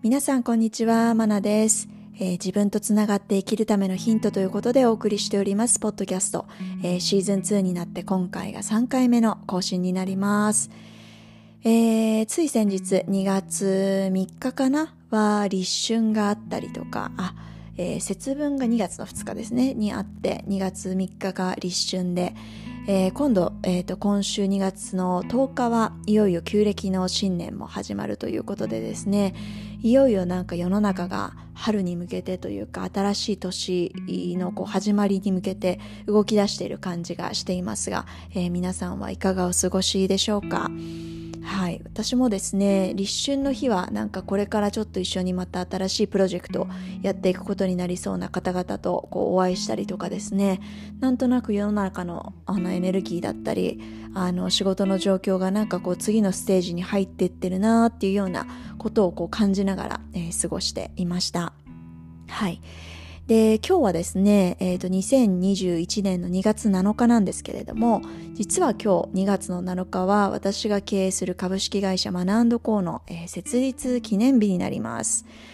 皆さんこんにちは、マナです。自分とつながって生きるためのヒントということでお送りしておりますポッドキャスト、シーズン2になって今回が3回目の更新になります。つい先日2月3日かなは立春があったりとか、節分が2月の2日ですねにあって2月3日が立春で、今度、今週2月の10日はいよいよ旧暦の新年も始まるということでですね、いよいよなんか世の中が春に向けてというか新しい年の始まりに向けて動き出している感じがしていますが、皆さんはいかがお過ごしでしょうか。はい、私もですね、立春の日はなんかこれからちょっと一緒にまた新しいプロジェクトをやっていくことになりそうな方々とお会いしたりとかですね、なんとなく世の中のエネルギーだったり仕事の状況がなんか次のステージに入っていってるなっていうようなことを感じながら、過ごしていました。はい。で、今日はですね、2021年の2月7日なんですけれども、実は今日2月の7日は私が経営する株式会社マナ&コーの、設立記念日になります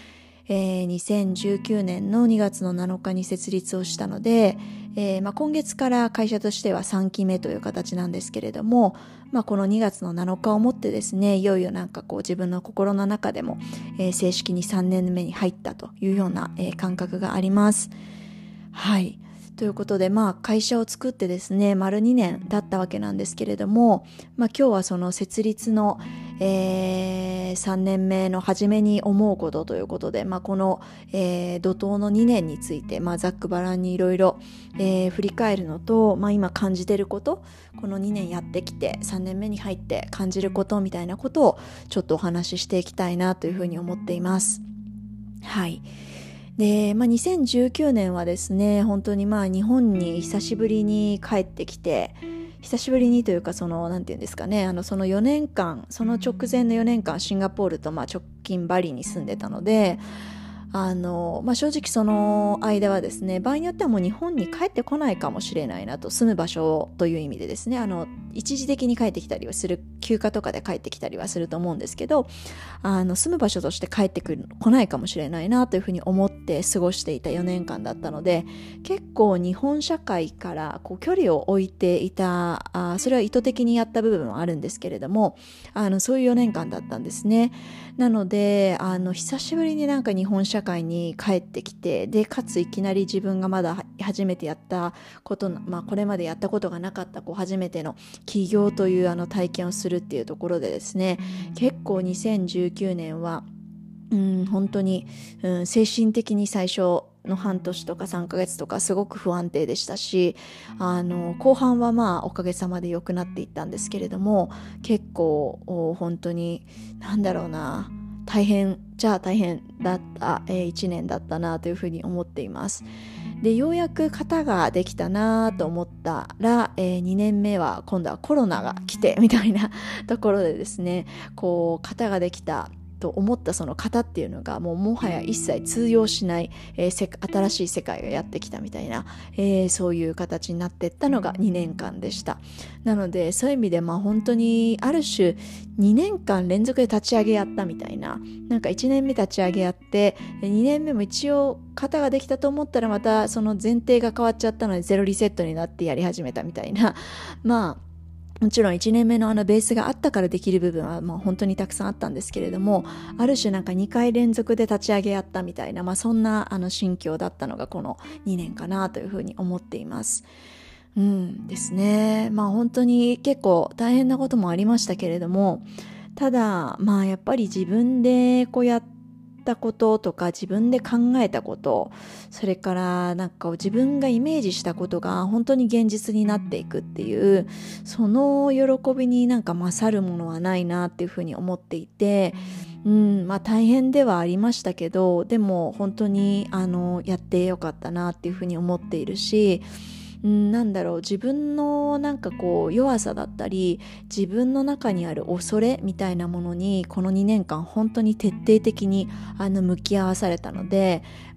。2019年の2月の7日に設立をしたので、今月から会社としては3期目という形なんですけれども、この2月の7日をもってですね、いよいよなんか自分の心の中でも、正式に3年目に入ったというような、感覚があります。はい。ということで、会社を作ってですね、丸2年だったわけなんですけれども、今日はその設立の、3年目の初めに思うことということで、この、怒涛の2年について、ざっくばらんにいろいろ振り返るのと、今感じてること、この2年やってきて3年目に入って感じることみたいなことをちょっとお話ししていきたいなというふうに思っています。はい。で、2019年はですね、本当に日本に久しぶりに帰ってきて、久しぶりにというかなんていうんですかね、その4年間、その直前の4年間シンガポールと直近バリに住んでたので、正直その間はですね、場合によってはもう日本に帰ってこないかもしれないなと、住む場所という意味でですね、一時的に帰ってきたりはする、休暇とかで帰ってきたりはすると思うんですけど、住む場所として帰ってこないかもしれないなというふうに思って過ごしていた4年間だったので、結構日本社会から距離を置いていた、それは意図的にやった部分はあるんですけれども、そういう4年間だったんですね。なので久しぶりになんか日本社会に帰ってきて、でかついきなり自分がまだ初めてやったこと、これまでやったことがなかった初めての起業という体験をするっていうところでですね、結構2019年は本当に、精神的に最初の半年とか3ヶ月とかすごく不安定でしたし、後半はおかげさまで良くなっていったんですけれども、結構本当に大変大変だった、1年だったなというふうに思っています。で、ようやく型ができたなと思ったら、2年目は今度はコロナが来てみたいなところでですね、型ができたと思ったその型っていうのがもはや一切通用しない、新しい世界がやってきたみたいな、そういう形になっていったのが2年間でした。なのでそういう意味で本当にある種2年間連続で立ち上げやったみたいな、なんか1年目立ち上げやって2年目も一応型ができたと思ったらまたその前提が変わっちゃったのでゼロリセットになってやり始めたみたいな、もちろん1年目のベースがあったからできる部分は本当にたくさんあったんですけれども、ある種なんか2回連続で立ち上げやったみたいな、そんな心境だったのがこの2年かなというふうに思っています。ですね。本当に結構大変なこともありましたけれども、ただやっぱり自分でやったこととか自分で考えたこと、それからなんか自分がイメージしたことが本当に現実になっていくっていう、その喜びになんか勝るものはないなっていうふうに思っていて、大変ではありましたけど、でも本当にやってよかったなっていうふうに思っているし、自分の弱さだったり自分の中にある恐れみたいなものにこの2年間本当に徹底的に向き合わされたので、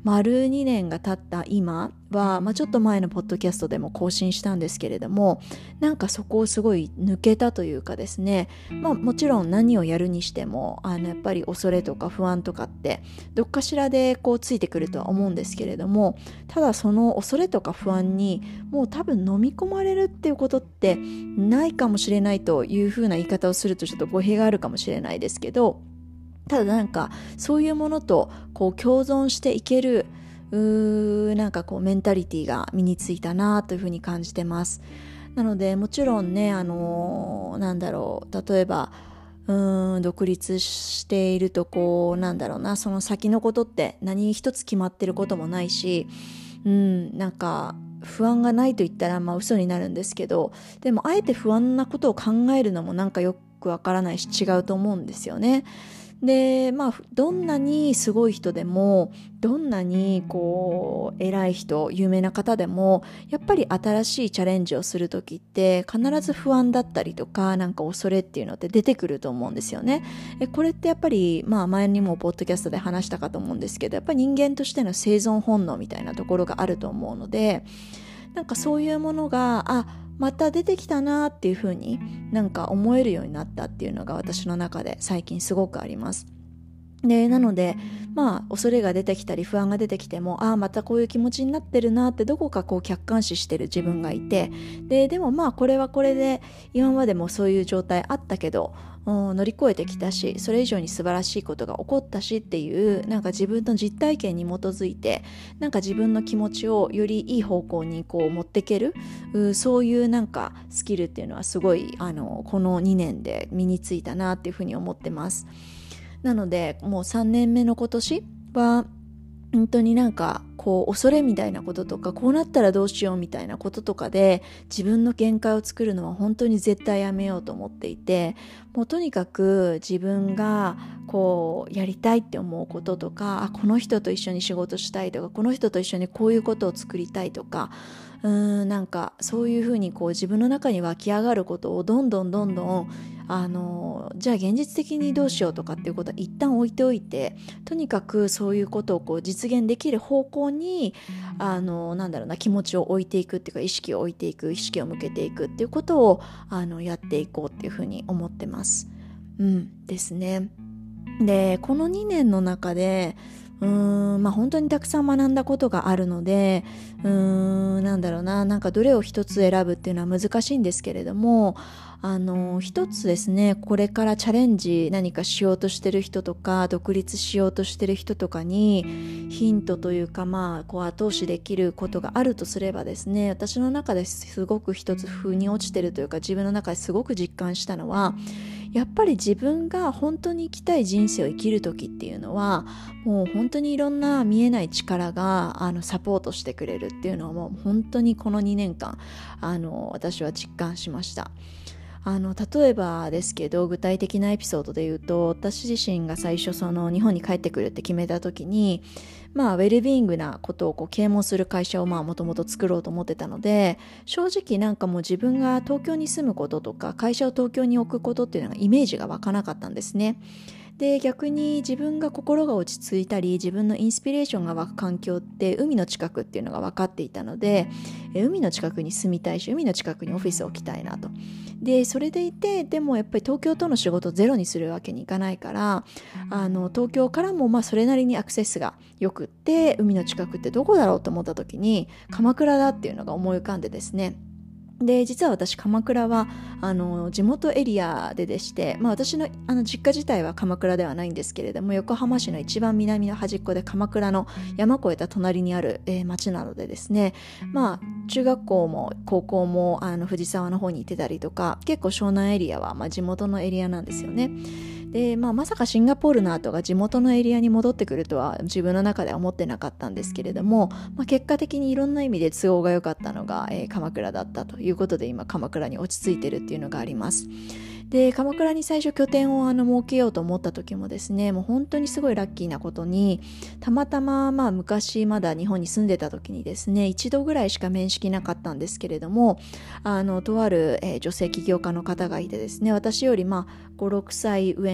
丸2年が経った今は、ちょっと前のポッドキャストでも更新したんですけれども、なんかそこをすごい抜けたというかですね、もちろん何をやるにしてもやっぱり恐れとか不安とかってどっかしらでこうついてくるとは思うんですけれども、ただその恐れとか不安にもう多分飲み込まれるっていうことってないかもしれないというふうな言い方をするとちょっと語弊があるかもしれないですけど、ただなんかそういうものとこう共存していけるなんかこうメンタリティが身についたなというふうに感じてます。なのでもちろんね、なんだろう、例えば独立しているとこうなんだろうな、その先のことって何一つ決まってることもないし、なんか不安がないと言ったら嘘になるんですけど、でもあえて不安なことを考えるのもなんかよくわからないし違うと思うんですよね。でどんなにすごい人でもどんなにこう偉い人有名な方でもやっぱり新しいチャレンジをするときって必ず不安だったりとかなんか恐れっていうのって出てくると思うんですよね。これってやっぱり前にもポッドキャストで話したかと思うんですけど、やっぱり人間としての生存本能みたいなところがあると思うので、なんかそういうものがまた出てきたなっていう風になんか思えるようになったっていうのが私の中で最近すごくあります。でなので恐れが出てきたり不安が出てきてもまたこういう気持ちになってるなってどこかこう客観視してる自分がいて、でもこれはこれで今までもそういう状態あったけど乗り越えてきたし、それ以上に素晴らしいことが起こったしっていうなんか自分の実体験に基づいてなんか自分の気持ちをよりいい方向にこう持っていけるそういうなんかスキルっていうのはすごいこの2年で身についたなっていうふうに思ってます。なのでもう3年目の今年は本当になんかこう恐れみたいなこととかこうなったらどうしようみたいなこととかで自分の限界を作るのは本当に絶対やめようと思っていて、もうとにかく自分がこうやりたいって思うこととかこの人と一緒に仕事したいとかこの人と一緒にこういうことを作りたいとかなんかそういうふうにこう自分の中に湧き上がることをどんどんじゃあ現実的にどうしようとかっていうことは一旦置いておいて、とにかくそういうことをこう実現できる方向に気持ちを置いていくっていうか意識を置いていく、意識を向けていくっていうことをやっていこうっていうふうに思ってます。ですね。でこの2年の中で本当にたくさん学んだことがあるのでなんかどれを一つ選ぶっていうのは難しいんですけれども、一つですね、これからチャレンジ何かしようとしてる人とか独立しようとしてる人とかにヒントというかこう後押しできることがあるとすればですね、私の中ですごく一つ腑に落ちてるというか自分の中ですごく実感したのは、やっぱり自分が本当に生きたい人生を生きる時っていうのはもう本当にいろんな見えない力がサポートしてくれるっていうのはもう本当にこの2年間私は実感しました。例えばですけど具体的なエピソードで言うと、私自身が最初日本に帰ってくるって決めた時にウェルビーイングなことを啓蒙する会社をもともと作ろうと思ってたので、正直なんかもう自分が東京に住むこととか会社を東京に置くことっていうのがイメージが湧かなかったんですね。で逆に自分が心が落ち着いたり自分のインスピレーションが湧く環境って海の近くっていうのが分かっていたので、海の近くに住みたいし海の近くにオフィスを置きたいなと。でそれでいてでもやっぱり東京との仕事をゼロにするわけにいかないから東京からもそれなりにアクセスがよくって海の近くってどこだろうと思った時に鎌倉だっていうのが思い浮かんでですね。で実は私鎌倉は地元エリアでして、私の実家自体は鎌倉ではないんですけれども横浜市の一番南の端っこで鎌倉の山越えた隣にある、町なのでですね、中学校も高校も藤沢の方に行ってたりとか結構湘南エリアは、地元のエリアなんですよね。でまさかシンガポールの後が地元のエリアに戻ってくるとは自分の中では思ってなかったんですけれども、結果的にいろんな意味で都合が良かったのが、鎌倉だったということで今鎌倉に落ち着いてるっていうのがあります。で鎌倉に最初拠点を設けようと思った時もですね、もう本当にすごいラッキーなことにたまたま昔まだ日本に住んでた時にですね一度ぐらいしか面識なかったんですけれどもとある、女性起業家の方がいてですね、私より5、6歳上の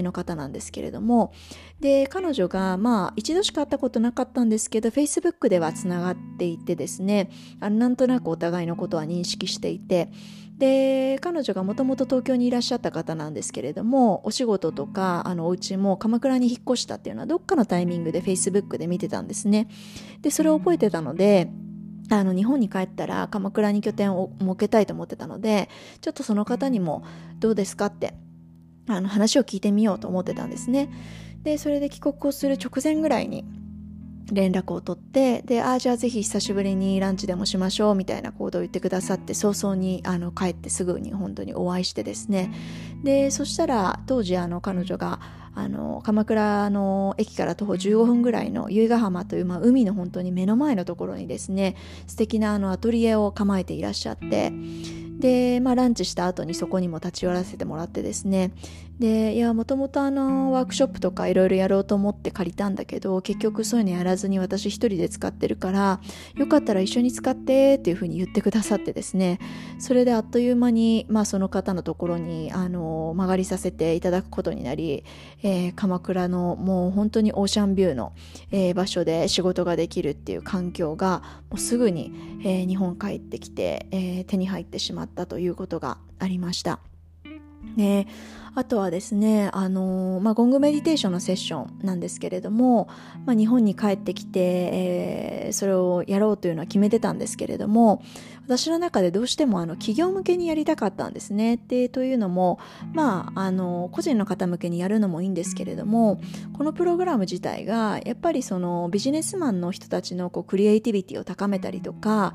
の方なんですけれども、で彼女が一度しか会ったことなかったんですけど Facebook ではつながっていてですね、なんとなくお互いのことは認識していて、で彼女がもともと東京にいらっしゃった方なんですけれども、お仕事とかお家も鎌倉に引っ越したっていうのはどっかのタイミングで Facebook で見てたんですね。でそれを覚えてたので、日本に帰ったら鎌倉に拠点を設けたいと思ってたので、ちょっとその方にもどうですかって話を聞いてみようと思ってたんですね。でそれで帰国をする直前ぐらいに連絡を取って、でじゃあぜひ久しぶりにランチでもしましょうみたいな行動を言ってくださって、早々に帰ってすぐに本当にお会いしてですね、でそしたら当時彼女が鎌倉の駅から徒歩15分ぐらいの由比ヶ浜という、海の本当に目の前のところにですね、素敵なアトリエを構えていらっしゃって、で、ランチした後にそこにも立ち寄らせてもらってですね、でいやもともとワークショップとかいろいろやろうと思って借りたんだけど、結局そういうのやらずに私一人で使ってるから、よかったら一緒に使ってっていうふうに言ってくださってですね、それであっという間に、その方のところに曲がりさせていただくことになり、鎌倉のもう本当にオーシャンビューの、場所で仕事ができるっていう環境がもうすぐに、日本帰ってきて、手に入ってしまったということがありました。あとはですね、ゴングメディテーションのセッションなんですけれども、日本に帰ってきて、それをやろうというのは決めてたんですけれども、私の中でどうしても企業向けにやりたかったんですね。でというのも、個人の方向けにやるのもいいんですけれども、このプログラム自体がやっぱりそのビジネスマンの人たちのクリエイティビティを高めたりとか、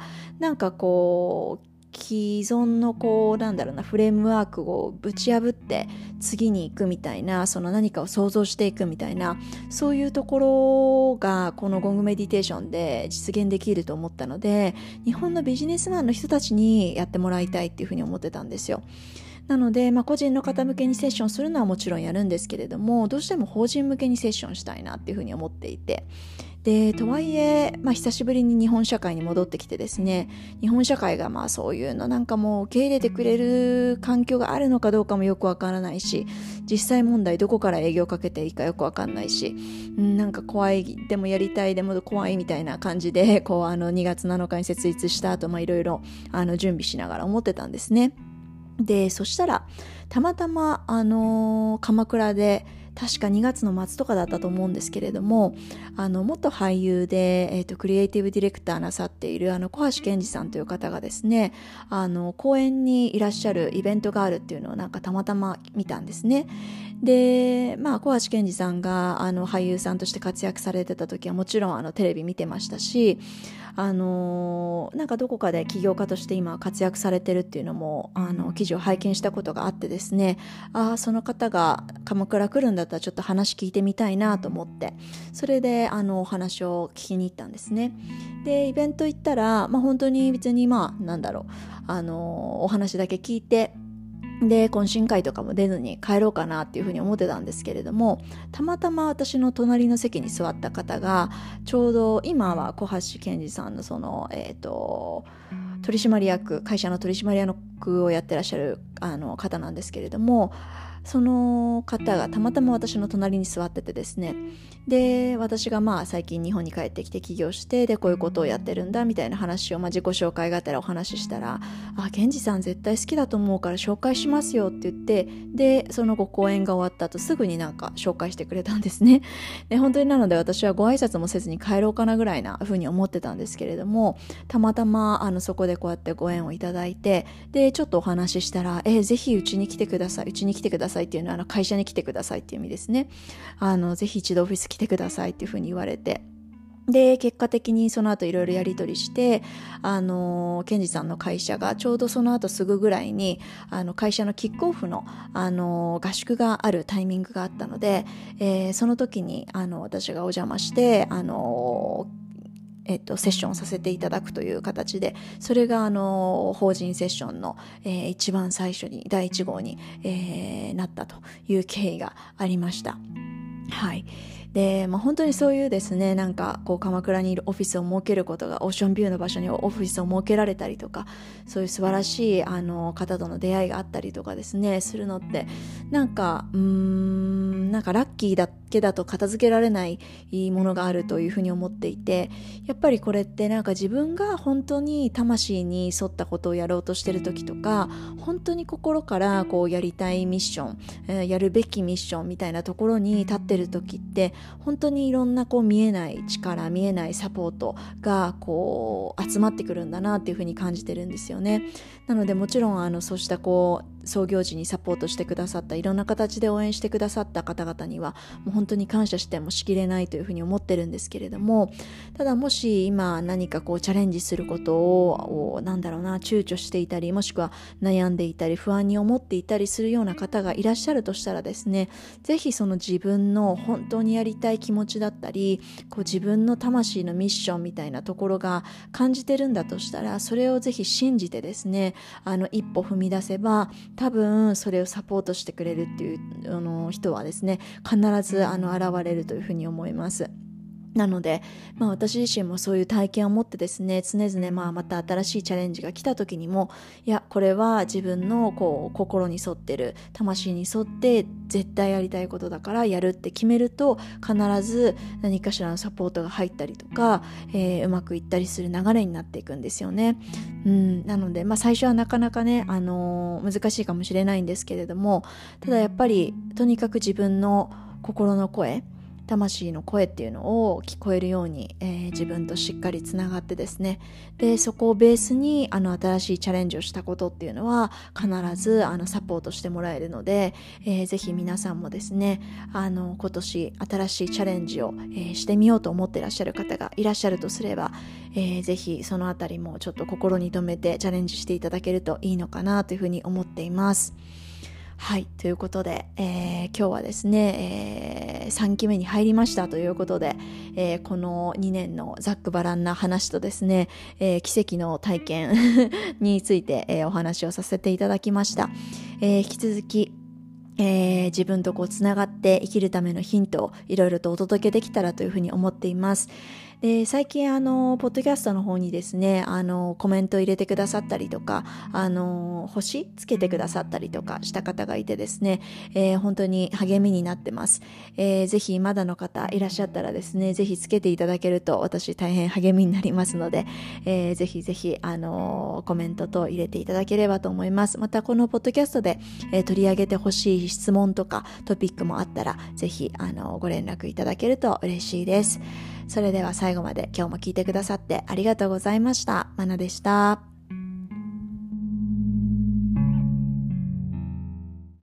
既存のフレームワークをぶち破って次に行くみたいな、その何かを想像していくみたいな、そういうところがこのゴングメディテーションで実現できると思ったので、日本のビジネスマンの人たちにやってもらいたいっていうふうに思ってたんですよ。なので、個人の方向けにセッションするのはもちろんやるんですけれども、どうしても法人向けにセッションしたいなっていうふうに思っていて、でとはいえ、久しぶりに日本社会に戻ってきてですね、日本社会がそういうのもう受け入れてくれる環境があるのかどうかもよくわからないし、実際問題どこから営業かけていいかよくわかんないし、怖い、でもやりたい、でも怖いみたいな感じで2月7日に設立した後、いろいろ準備しながら思ってたんですね。でそしたらたまたま鎌倉で確か2月の末とかだったと思うんですけれども、元俳優で、クリエイティブディレクターなさっている小橋健二さんという方がですね、公演にいらっしゃるイベントがあるっていうのをたまたま見たんですね。で小橋健二さんが俳優さんとして活躍されてた時はもちろんテレビ見てましたし、どこかで起業家として今活躍されてるっていうのも記事を拝見したことがあってですね、その方が鎌倉来るんだったらちょっと話聞いてみたいなと思って、それでお話を聞きに行ったんですね。でイベント行ったら、本当に別にお話だけ聞いて、で懇親会とかも出ずに帰ろうかなっていうふうに思ってたんですけれども、たまたま私の隣の席に座った方がちょうど今は小橋健二さんの取締役、会社の取締役をやってらっしゃる方なんですけれども、その方がたまたま私の隣に座っててですね、で私が最近日本に帰ってきて起業して、でこういうことをやってるんだみたいな話を自己紹介がてらお話ししたら、源氏さん絶対好きだと思うから紹介しますよって言って、でその後講演が終わった後すぐに紹介してくれたんですね。で本当になので私はご挨拶もせずに帰ろうかなぐらいなふうに思ってたんですけれども、たまたまそこでこうやってご縁をいただいて、でちょっとお話ししたら、ぜひうちに来てくださいっていうのは会社に来てくださいっていう意味ですね。ぜひ一度オフィス来てくださいっていうふうに言われて、で結果的にその後いろいろやり取りして、ケンジさんの会社がちょうどその後すぐぐらいに会社のキックオフの、合宿があるタイミングがあったので、その時に私がお邪魔してセッションをさせていただくという形で、それが法人セッションの、一番最初に第1号に、なったという経緯がありました。はい。で、本当にそういうですね、鎌倉にいるオフィスを設けることが、オーシャンビューの場所にオフィスを設けられたりとか、そういう素晴らしい方との出会いがあったりとかですね、するのってなんかラッキーだけだと片付けられないものがあるというふうに思っていて、やっぱりこれってなんか自分が本当に魂に沿ったことをやろうとしてる時とか、本当に心からこうやりたいミッション、やるべきミッションみたいなところに立ってる時って、本当にいろんなこう見えない力、見えないサポートがこう集まってくるんだなっていうふうに感じてるんですよね。なのでもちろんそうしたこう創業時にサポートしてくださった、いろんな形で応援してくださった方々にはもう本当に感謝してもしきれないというふうに思ってるんですけれども、ただもし今何かこうチャレンジすることを躊躇していたり、もしくは悩んでいたり不安に思っていたりするような方がいらっしゃるとしたらですね、ぜひその自分の本当にやりたい気持ちだったり、こう自分の魂のミッションみたいなところが感じてるんだとしたら、それをぜひ信じてですね、一歩踏み出せば、多分それをサポートしてくれるっていう人はですね、必ず現れるというふうに思います。なので、私自身もそういう体験を持ってですね、常々また新しいチャレンジが来た時にも、いやこれは自分のこう心に沿ってる、魂に沿って絶対やりたいことだからやるって決めると、必ず何かしらのサポートが入ったりとか、うまくいったりする流れになっていくんですよね。なので、最初はなかなかね、難しいかもしれないんですけれども、ただやっぱりとにかく自分の心の声、魂の声っていうのを聞こえるように、自分としっかりつながってですね、でそこをベースに新しいチャレンジをしたことっていうのは必ずサポートしてもらえるので、ぜひ皆さんもですね、今年新しいチャレンジを、してみようと思っていらっしゃる方がいらっしゃるとすれば、ぜひそのあたりもちょっと心に留めてチャレンジしていただけるといいのかなというふうに思っています。はい、ということで、今日はですね、3期目に入りましたということで、この2年のざっくばらんな話とですね、奇跡の体験について、お話をさせていただきました。引き続き自分とこうつながって生きるためのヒントをいろいろとお届けできたらというふうに思っています。で、最近ポッドキャストの方にですね、コメント入れてくださったりとか、星つけてくださったりとかした方がいてですね、本当に励みになってます。ぜひまだの方いらっしゃったらですね、ぜひつけていただけると私大変励みになりますので、ぜひぜひコメントと入れていただければと思います。またこのポッドキャストで、取り上げてほしい質問とかトピックもあったら、ぜひご連絡いただけると嬉しいです。それでは最後まで今日も聞いてくださってありがとうございました。まなでした。